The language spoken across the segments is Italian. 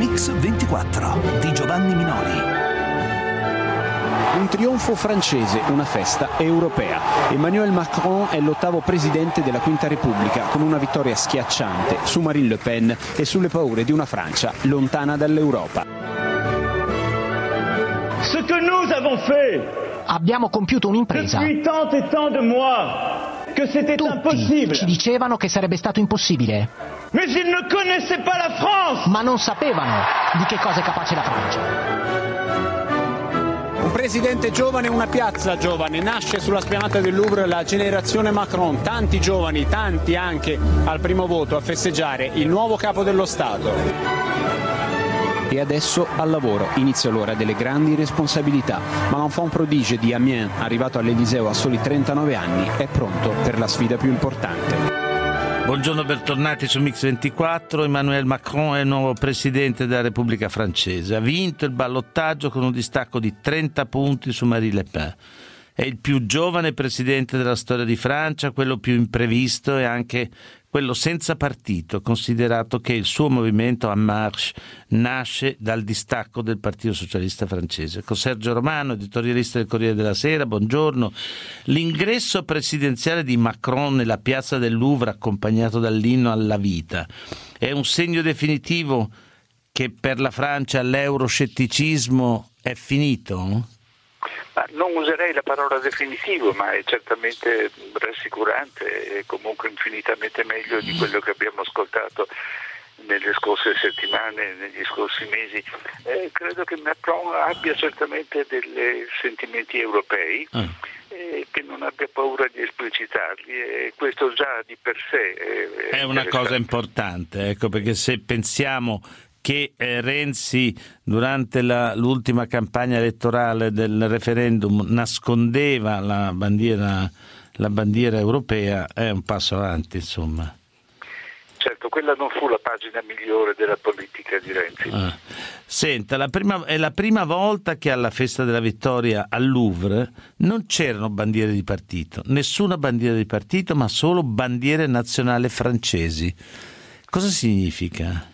Mix 24 di Giovanni Minoli. Un trionfo francese, una festa europea. Emmanuel Macron è l'8º presidente della Quinta Repubblica, con una vittoria schiacciante su Marine Le Pen e sulle paure di una Francia lontana dall'Europa. Ce que nous avons fait. Abbiamo compiuto un'impresa. Depuis tant et tant de mois que c'était impossible. Ci dicevano che sarebbe stato impossibile. Mais ils ne connaissaient pas la France. Ma non sapevano di che cosa è capace la Francia. Un presidente giovane, una piazza giovane. Nasce sulla spianata del Louvre la generazione Macron. Tanti giovani, tanti anche al primo voto a festeggiare il nuovo capo dello Stato. E adesso al lavoro, inizia l'ora delle grandi responsabilità. Ma l'enfant prodige di Amiens, arrivato all'Eliseo a soli 39 anni, è pronto per la sfida più importante. Buongiorno, bentornati su Mix 24. Emmanuel Macron è il nuovo presidente della Repubblica Francese. Ha vinto il ballottaggio con un distacco di 30 punti su Marine Le Pen. È il più giovane presidente della storia di Francia, quello più imprevisto e anche quello senza partito, considerato che il suo movimento En Marche nasce dal distacco del Partito Socialista francese. Con Sergio Romano, editorialista del Corriere della Sera, buongiorno. L'ingresso presidenziale di Macron nella piazza del Louvre, accompagnato dall'inno alla vita, è un segno definitivo che per la Francia l'euroscetticismo è finito? Ma non userei la parola definitivo, ma è certamente rassicurante e comunque infinitamente meglio di quello che abbiamo ascoltato nelle scorse settimane, negli scorsi mesi. Credo che Macron abbia certamente dei sentimenti europei che non abbia paura di esplicitarli, e questo già di per sé è una cosa importante, ecco, perché se pensiamo che Renzi durante l'ultima campagna elettorale del referendum nascondeva la bandiera europea, è un passo avanti, insomma. Certo, quella non fu la pagina migliore della politica di Renzi. Senta, è la prima volta che alla festa della vittoria al Louvre non c'erano bandiere di partito, nessuna bandiera di partito, ma solo bandiere nazionali francesi. Cosa significa?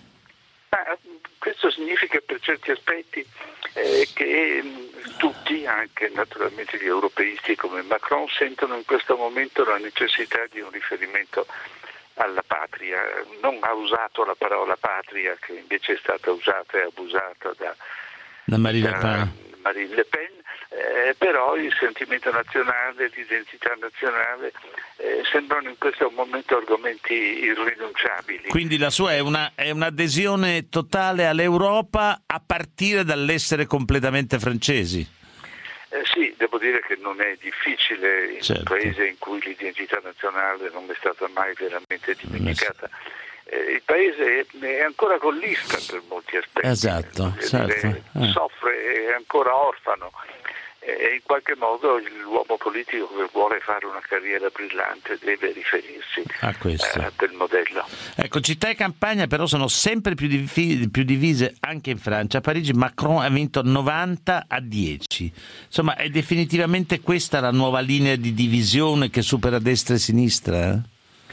Questo significa per certi aspetti che tutti, anche naturalmente gli europeisti come Macron, sentono in questo momento la necessità di un riferimento alla patria. Non ha usato la parola patria, che invece è stata usata e abusata da Marine Le Pen, però il sentimento nazionale, l'identità nazionale sembrano in questo momento argomenti irrinunciabili. Quindi la sua è un'adesione totale all'Europa a partire dall'essere completamente francesi? Sì, devo dire che non è difficile in un paese in cui l'identità nazionale non è stata mai veramente dimenticata. Il paese è ancora gollista per molti aspetti. Esatto, certo. Soffre, è ancora orfano, e in qualche modo l'uomo politico che vuole fare una carriera brillante deve riferirsi a questo del modello. Ecco, città e campagna però sono sempre più divise anche in Francia. A Parigi Macron ha vinto 90-10. Insomma, è definitivamente questa la nuova linea di divisione che supera destra e sinistra?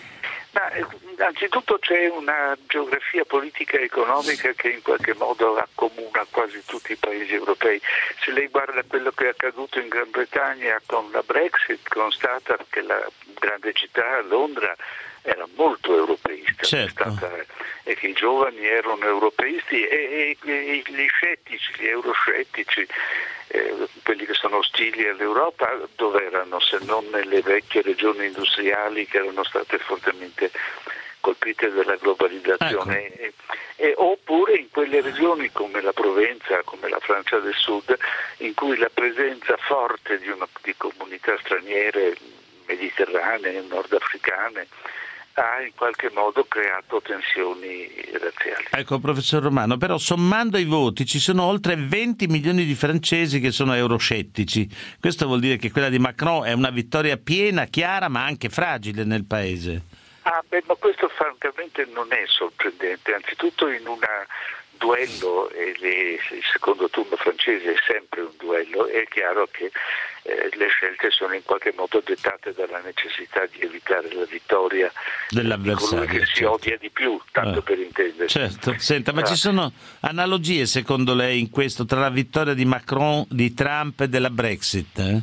Anzitutto c'è una geografia politica e economica che in qualche modo accomuna quasi tutti i paesi europei. Se lei guarda quello che è accaduto in Gran Bretagna con la Brexit, constata che la grande città, Londra, era molto europeista, certo. E che i giovani erano europeisti e gli scettici, gli euroscettici, quelli che sono ostili all'Europa, dove erano se non nelle vecchie regioni industriali che erano state fortemente colpite dalla globalizzazione, oppure in quelle regioni come la Provenza, come la Francia del Sud, in cui la presenza forte di comunità straniere mediterranee, nordafricane, ha in qualche modo creato tensioni razziali. Ecco, professor Romano, però sommando i voti ci sono oltre 20 milioni di francesi che sono euroscettici. Questo vuol dire che quella di Macron è una vittoria piena, chiara, ma anche fragile nel paese. Ma questo francamente non è sorprendente. Anzitutto in un duello, il secondo turno francese è sempre un duello, è chiaro che le scelte sono in qualche modo dettate dalla necessità di evitare la vittoria dell'avversario, di colui che si odia di più, tanto per intenderci. Certo, senta, ma ci sono analogie secondo lei in questo tra la vittoria di Macron, di Trump e della Brexit?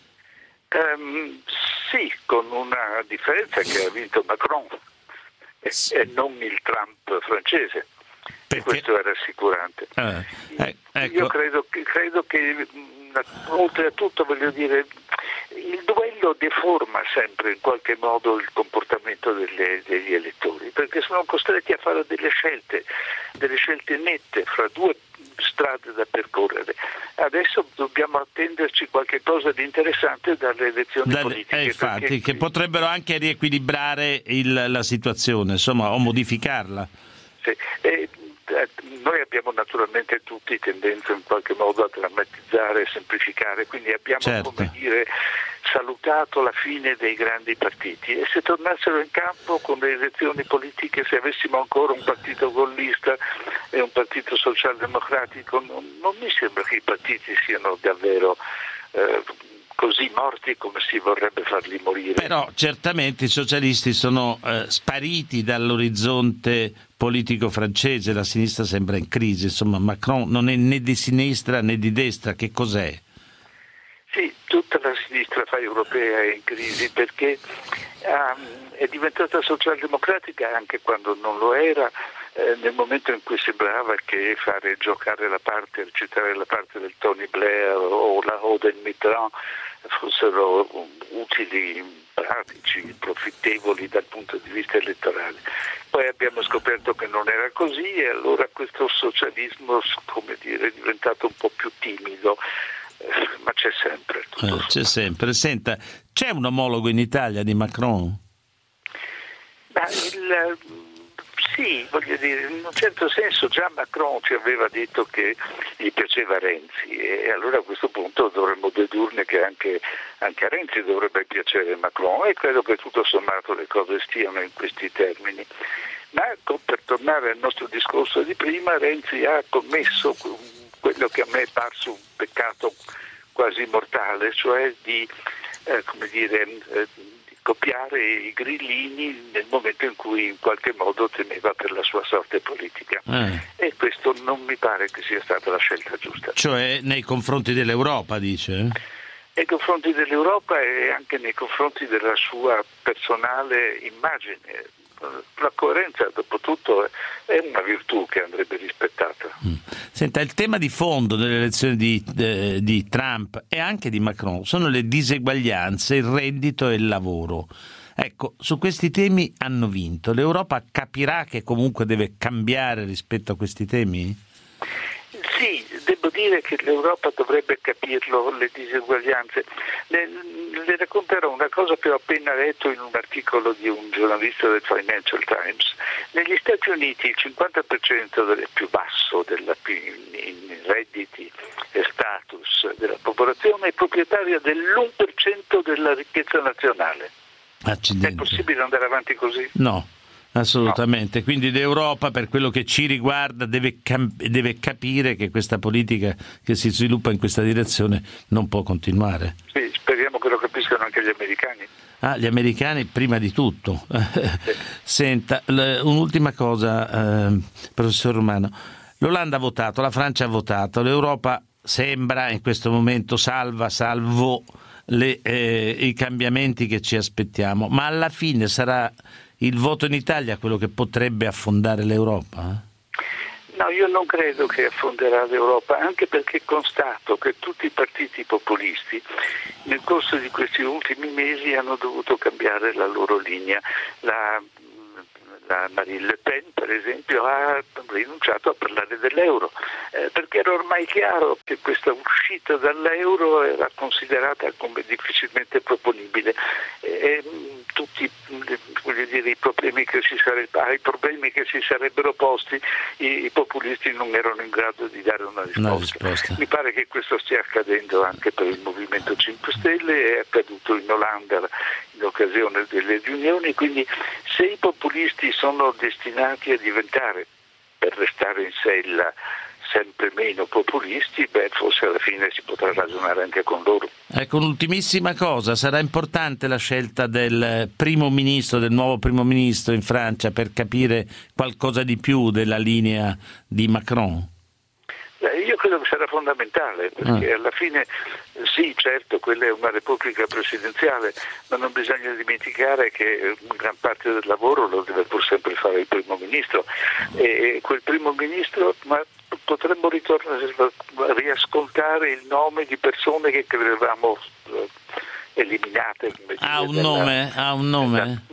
Sì, con una differenza che ha vinto Macron e non il Trump francese. E questo è rassicurante. Ecco. Io credo che oltre a tutto, voglio dire, il duello deforma sempre in qualche modo il comportamento degli elettori, perché sono costretti a fare delle scelte nette fra due strade da percorrere. Adesso dobbiamo attenderci qualche cosa di interessante dalle elezioni politiche. Infatti, perché, che potrebbero anche riequilibrare la situazione, insomma, o modificarla. Sì. Noi abbiamo naturalmente tutti tendenza in qualche modo a drammatizzare e semplificare, quindi abbiamo come dire salutato la fine dei grandi partiti, e se tornassero in campo con le elezioni politiche, se avessimo ancora un partito gollista e un partito socialdemocratico, non mi sembra che i partiti siano davvero così morti come si vorrebbe farli morire. Però certamente i socialisti sono spariti dall'orizzonte politico francese, la sinistra sembra in crisi, insomma Macron non è né di sinistra né di destra, che cos'è? Sì, tutta la sinistra europea è in crisi perché è diventata socialdemocratica anche quando non lo era, nel momento in cui sembrava che fare giocare la parte, recitare la parte del Tony Blair o del Mitterrand fossero utili, pratici, profittevoli dal punto di vista elettorale. Poi abbiamo scoperto che non era così, e allora questo socialismo, come dire, è diventato un po' più timido, ma c'è sempre. C'è sempre. Senta, c'è un omologo in Italia di Macron? Sì, voglio dire, in un certo senso già Macron ci aveva detto che gli piaceva Renzi, e allora a questo punto dovremmo dedurne che anche a Renzi dovrebbe piacere Macron, e credo che tutto sommato le cose stiano in questi termini. Ma per tornare al nostro discorso di prima, Renzi ha commesso quello che a me è parso un peccato quasi mortale, cioè di copiare i grillini nel momento in cui in qualche modo temeva per la sua sorte politica, e questo non mi pare che sia stata la scelta giusta. Cioè nei confronti dell'Europa, dice? Nei confronti dell'Europa e anche nei confronti della sua personale immagine. La coerenza, dopo tutto, è una virtù che andrebbe rispettata. Senta, il tema di fondo delle elezioni di Trump e anche di Macron sono le diseguaglianze, il reddito e il lavoro. Ecco, su questi temi hanno vinto. L'Europa capirà che comunque deve cambiare rispetto a questi temi? Sì, devo dire che l'Europa dovrebbe capirlo, le diseguaglianze. Le racconterò una cosa che ho appena letto in un articolo di un giornalista del Financial Times. Negli Stati Uniti il 50% del più basso in redditi e status della popolazione è proprietaria dell'1% della ricchezza nazionale. Accidenti. È possibile andare avanti così? No. Assolutamente, no. Quindi l'Europa, per quello che ci riguarda, deve capire che questa politica che si sviluppa in questa direzione non può continuare. Sì, speriamo che lo capiscano anche gli americani. Gli americani prima di tutto. Sì. Senta, un'ultima cosa, professor Romano. L'Olanda ha votato, la Francia ha votato, l'Europa sembra in questo momento salvo i cambiamenti che ci aspettiamo, ma alla fine sarà il voto in Italia quello che potrebbe affondare l'Europa? No, io non credo che affonderà l'Europa, anche perché constato che tutti i partiti populisti nel corso di questi ultimi mesi hanno dovuto cambiare la loro linea. La Marine Le Pen, per esempio, ha rinunciato a parlare dell'euro, perché era ormai chiaro che questa uscita dall'euro era considerata come difficilmente proponibile. Tutti i problemi che si sarebbero posti, i populisti non erano in grado di dare una risposta. Mi pare che questo stia accadendo anche per il Movimento 5 Stelle, è accaduto in Olanda in occasione delle riunioni, quindi se i populisti sono destinati a diventare, per restare in sella, sempre meno populisti, forse alla fine si potrà ragionare anche con loro. Ecco, un'ultimissima cosa, sarà importante la scelta del nuovo primo ministro in Francia per capire qualcosa di più della linea di Macron? Io credo che sarà fondamentale, perché alla fine sì, certo, quella è una repubblica presidenziale, ma non bisogna dimenticare che gran parte del lavoro lo deve pur sempre fare il primo ministro, e quel primo ministro, ma potremmo riascoltare il nome di persone che credevamo eliminate. Ha un nome?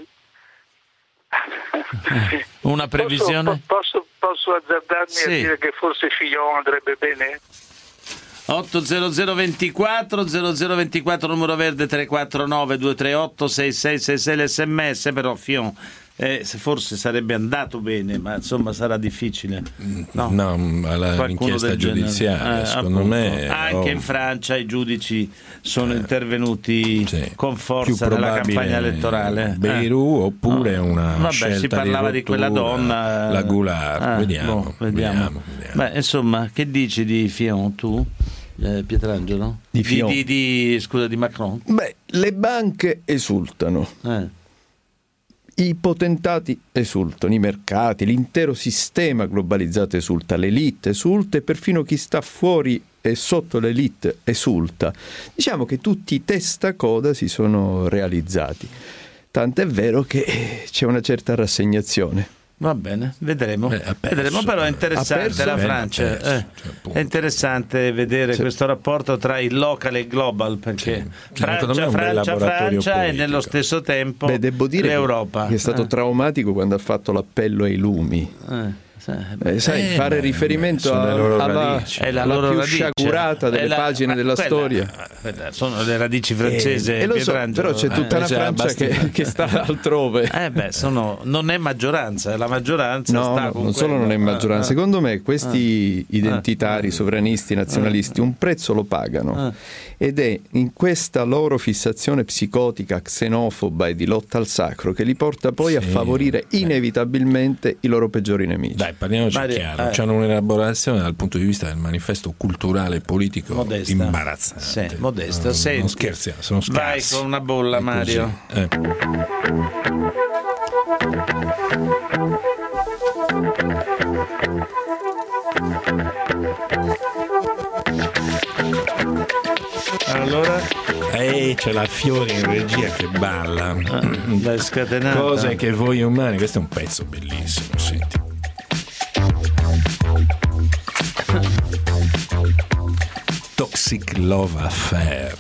Una previsione? Posso azzardarmi a dire che forse Fillon andrebbe bene? 80024 numero verde 349 238 6666 l'SMS, però Fillon forse sarebbe andato bene, ma insomma sarà difficile. No, all'inchiesta giudiziaria, secondo me. Anche in Francia i giudici sono intervenuti con forza nella campagna elettorale. Beirut oppure una scelta si parlava di quella donna, la Goulart. Vediamo. Beh, insomma, che dici di Fillon tu? Pietrangelo? Di Macron? Beh, le banche esultano. I potentati esultano, i mercati, l'intero sistema globalizzato esulta, l'elite esulta e perfino chi sta fuori e sotto l'elite esulta. Diciamo che tutti i testacoda si sono realizzati. Tant'è vero che c'è una certa rassegnazione. Va bene, vedremo. Però è interessante la Francia. È interessante vedere questo rapporto tra il local e il global, perché Francia e nello stesso tempo l'Europa. Che è stato traumatico quando ha fatto l'appello ai lumi. Fare riferimento alla più sciagurata delle pagine della storia. Sono le radici francesi, però c'è tutta una Francia che sta altrove. Non è maggioranza, la maggioranza sta con non solo non è maggioranza. Secondo me questi identitari, sovranisti, nazionalisti un prezzo lo pagano, ed è in questa loro fissazione psicotica, xenofoba e di lotta al sacro che li porta poi a favorire inevitabilmente i loro peggiori nemici. Dai, parliamoci chiaro, c'hanno un'elaborazione dal punto di vista del manifesto culturale e politico modesta, imbarazzante. Modesto. Non scherziamo, sono scarsi. Vai con una bolla, Mario. Allora c'è la Fiori in regia che balla, scatenata. Cose che voi umani, questo è un pezzo bellissimo, senti. Toxic Love Affair.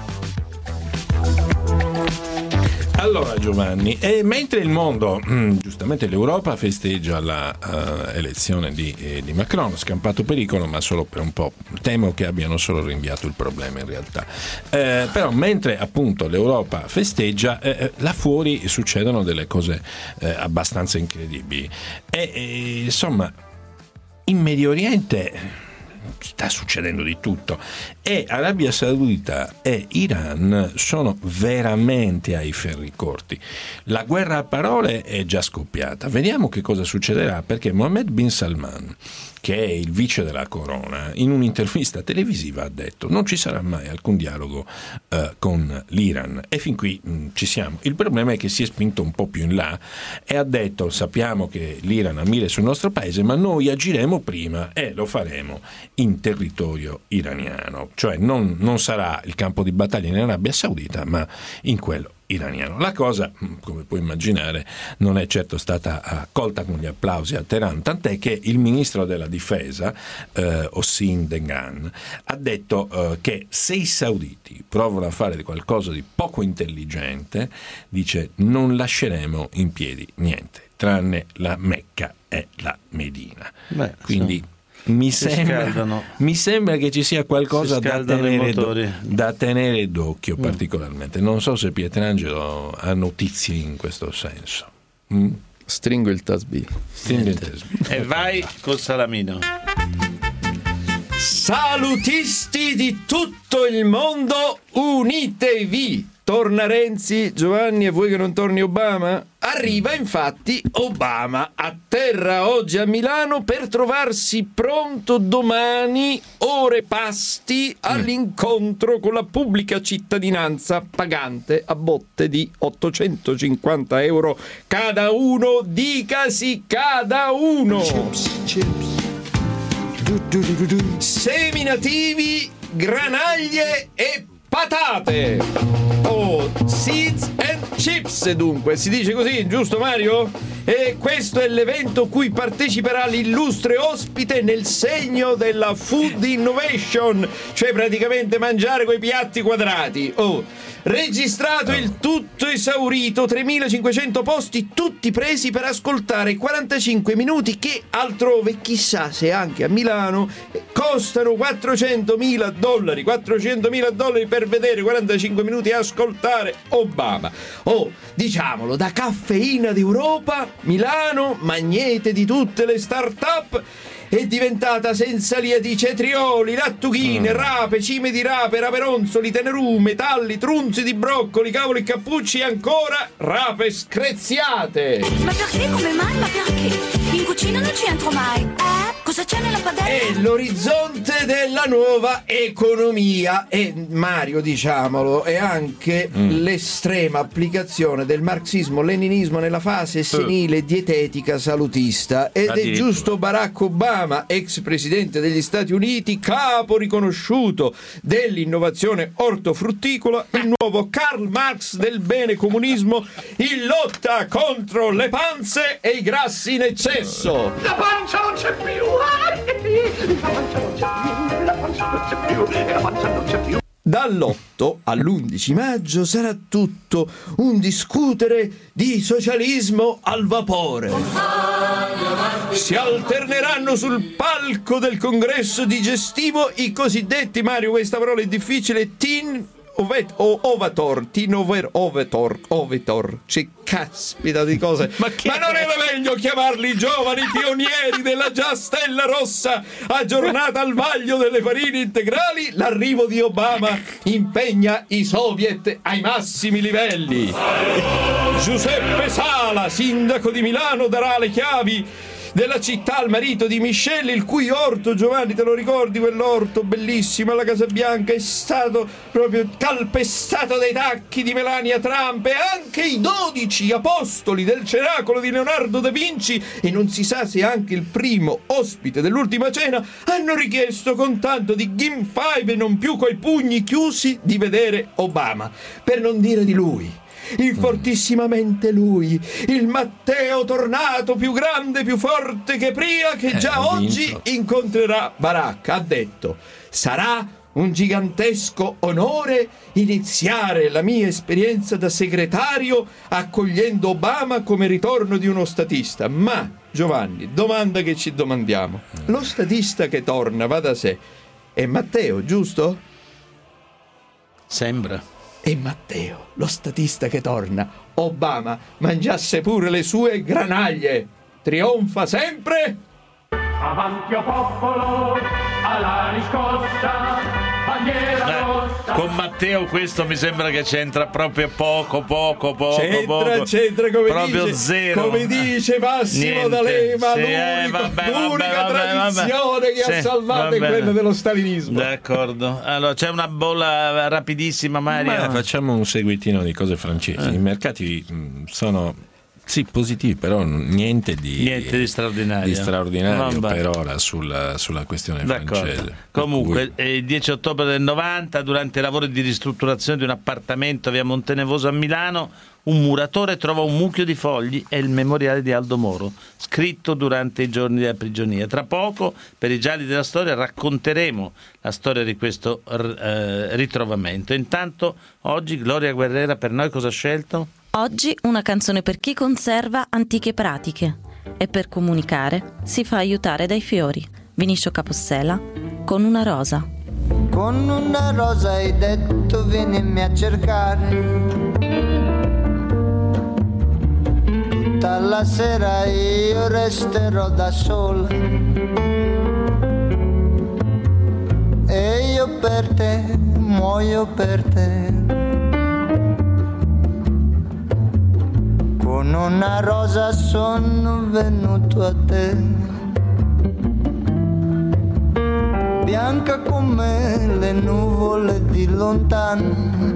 Allora Giovanni, mentre il mondo, giustamente l'Europa festeggia la elezione di Macron, scampato pericolo ma solo per un po', temo che abbiano solo rinviato il problema in realtà, però mentre appunto l'Europa festeggia, là fuori succedono delle cose abbastanza incredibili e insomma in Medio Oriente sta succedendo di tutto e Arabia Saudita e Iran sono veramente ai ferri corti. La guerra a parole è già scoppiata. Vediamo che cosa succederà, perché Mohammed bin Salman, che è il vice della corona, in un'intervista televisiva ha detto non ci sarà mai alcun dialogo con l'Iran, e fin qui ci siamo. Il problema è che si è spinto un po' più in là e ha detto sappiamo che l'Iran ha mire sul nostro paese, ma noi agiremo prima e lo faremo in territorio iraniano, cioè non sarà il campo di battaglia in Arabia Saudita ma in quello iraniano. La cosa, come puoi immaginare, non è certo stata accolta con gli applausi a Teheran, tant'è che il ministro della difesa, Hossein Degan, ha detto che se i sauditi provano a fare qualcosa di poco intelligente, dice non lasceremo in piedi niente, tranne la Mecca e la Medina. Quindi mi sembra che ci sia qualcosa da tenere d'occhio particolarmente. Non so se Pietrangelo ha notizie in questo senso. Stringo il tasbih. E vai col salamino. Salutisti di tutto il mondo, unitevi! Torna Renzi, Giovanni, e vuoi che non torni Obama? Arriva infatti Obama, atterra oggi a Milano per trovarsi pronto domani, ore pasti, all'incontro con la pubblica cittadinanza pagante a botte di 850 euro cada uno, dicasi cada uno. Seminativi, granaglie e patate. Oh, seeds and chips, dunque, si dice così, giusto Mario? E questo è l'evento cui parteciperà l'illustre ospite nel segno della food innovation, cioè praticamente mangiare quei piatti quadrati. Oh, registrato il tutto esaurito, 3.500 posti tutti presi per ascoltare 45 minuti che altrove, chissà se anche a Milano, costano $400.000. $400.000 per vedere 45 minuti e ascoltare Obama. Oh, diciamolo, da caffeina d'Europa, Milano, magnete di tutte le start-up, è diventata senza lieti cetrioli, lattughine, rape, cime di rape, raperonzoli, tenerù, metalli, trunzi di broccoli, cavoli e cappucci e ancora rape screziate. Ma perché? Come mai? Ma perché? In cucina non ci entro mai. Cosa c'è nella padella? È l'orizzonte della nuova economia e Mario, diciamolo, è anche l'estrema applicazione del marxismo-leninismo nella fase senile dietetica salutista ed è giusto Barack Obama, ex presidente degli Stati Uniti, capo riconosciuto dell'innovazione ortofrutticola, il nuovo Karl Marx del bene comunismo in lotta contro le panze e i grassi in eccesso. La pancia non c'è più! La pancia non c'è più! La pancia non c'è più! Dall'8 all'11 maggio sarà tutto un discutere di socialismo al vapore. Si alterneranno sul palco del congresso digestivo i cosiddetti, Mario, questa parola è difficile, teen ovator, c'è caspita di cose. Ma non era meglio chiamarli giovani pionieri della già stella rossa aggiornata al vaglio delle farine integrali? L'arrivo di Obama impegna i soviet ai massimi livelli. Giuseppe Sala, sindaco di Milano, darà le chiavi della città al marito di Michelle, il cui orto, Giovanni, te lo ricordi quell'orto bellissimo alla Casa Bianca, è stato proprio calpestato dai tacchi di Melania Trump, e anche i 12 apostoli del cenacolo di Leonardo da Vinci, e non si sa se anche il primo ospite dell'ultima cena, hanno richiesto con tanto di Game 5 e non più coi pugni chiusi di vedere Obama, per non dire di lui. Il fortissimamente lui, il Matteo tornato più grande, più forte che Pria, che già oggi incontrerà Barack. Ha detto: sarà un gigantesco onore iniziare la mia esperienza da segretario accogliendo Obama come ritorno di uno statista. Ma, Giovanni, domanda che ci domandiamo: lo statista che torna, va da sé, è Matteo, giusto? Sembra. E Matteo, lo statista che torna, Obama, mangiasse pure le sue granaglie. Trionfa sempre? Avanti o popolo, alla riscossa, bandiera rossa. Con Matteo questo mi sembra che c'entra proprio poco. C'entra come proprio dice, zero. come dice Massimo Niente. D'Alema, Sì, l'unica tradizione che ha salvato è quella dello stalinismo. D'accordo. Allora c'è una bolla rapidissima, Mario. Facciamo un seguitino di cose francesi. I mercati sono sì positivi, però niente di straordinario. Di straordinario per ora sulla questione francese. Comunque, il 10 ottobre del 90, durante i lavori di ristrutturazione di un appartamento via Montenevoso a Milano, un muratore trova un mucchio di fogli e il memoriale di Aldo Moro, scritto durante i giorni della prigionia. Tra poco, per i gialli della storia, racconteremo la storia di questo ritrovamento. Intanto, oggi Gloria Guerrera per noi cosa ha scelto? Oggi una canzone per chi conserva antiche pratiche e per comunicare si fa aiutare dai fiori. Vinicio Capossela con una rosa. Con una rosa hai detto vienimi a cercare, tutta la sera io resterò da sola e io per te muoio per te. Con con una rosa sono venuto a te, bianca come le nuvole di lontano,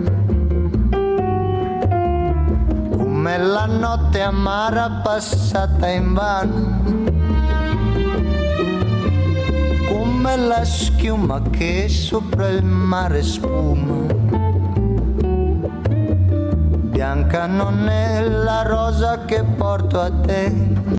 come la notte amara passata invano, come la schiuma che sopra il mare spuma. Bianca non è la rosa che porto a te,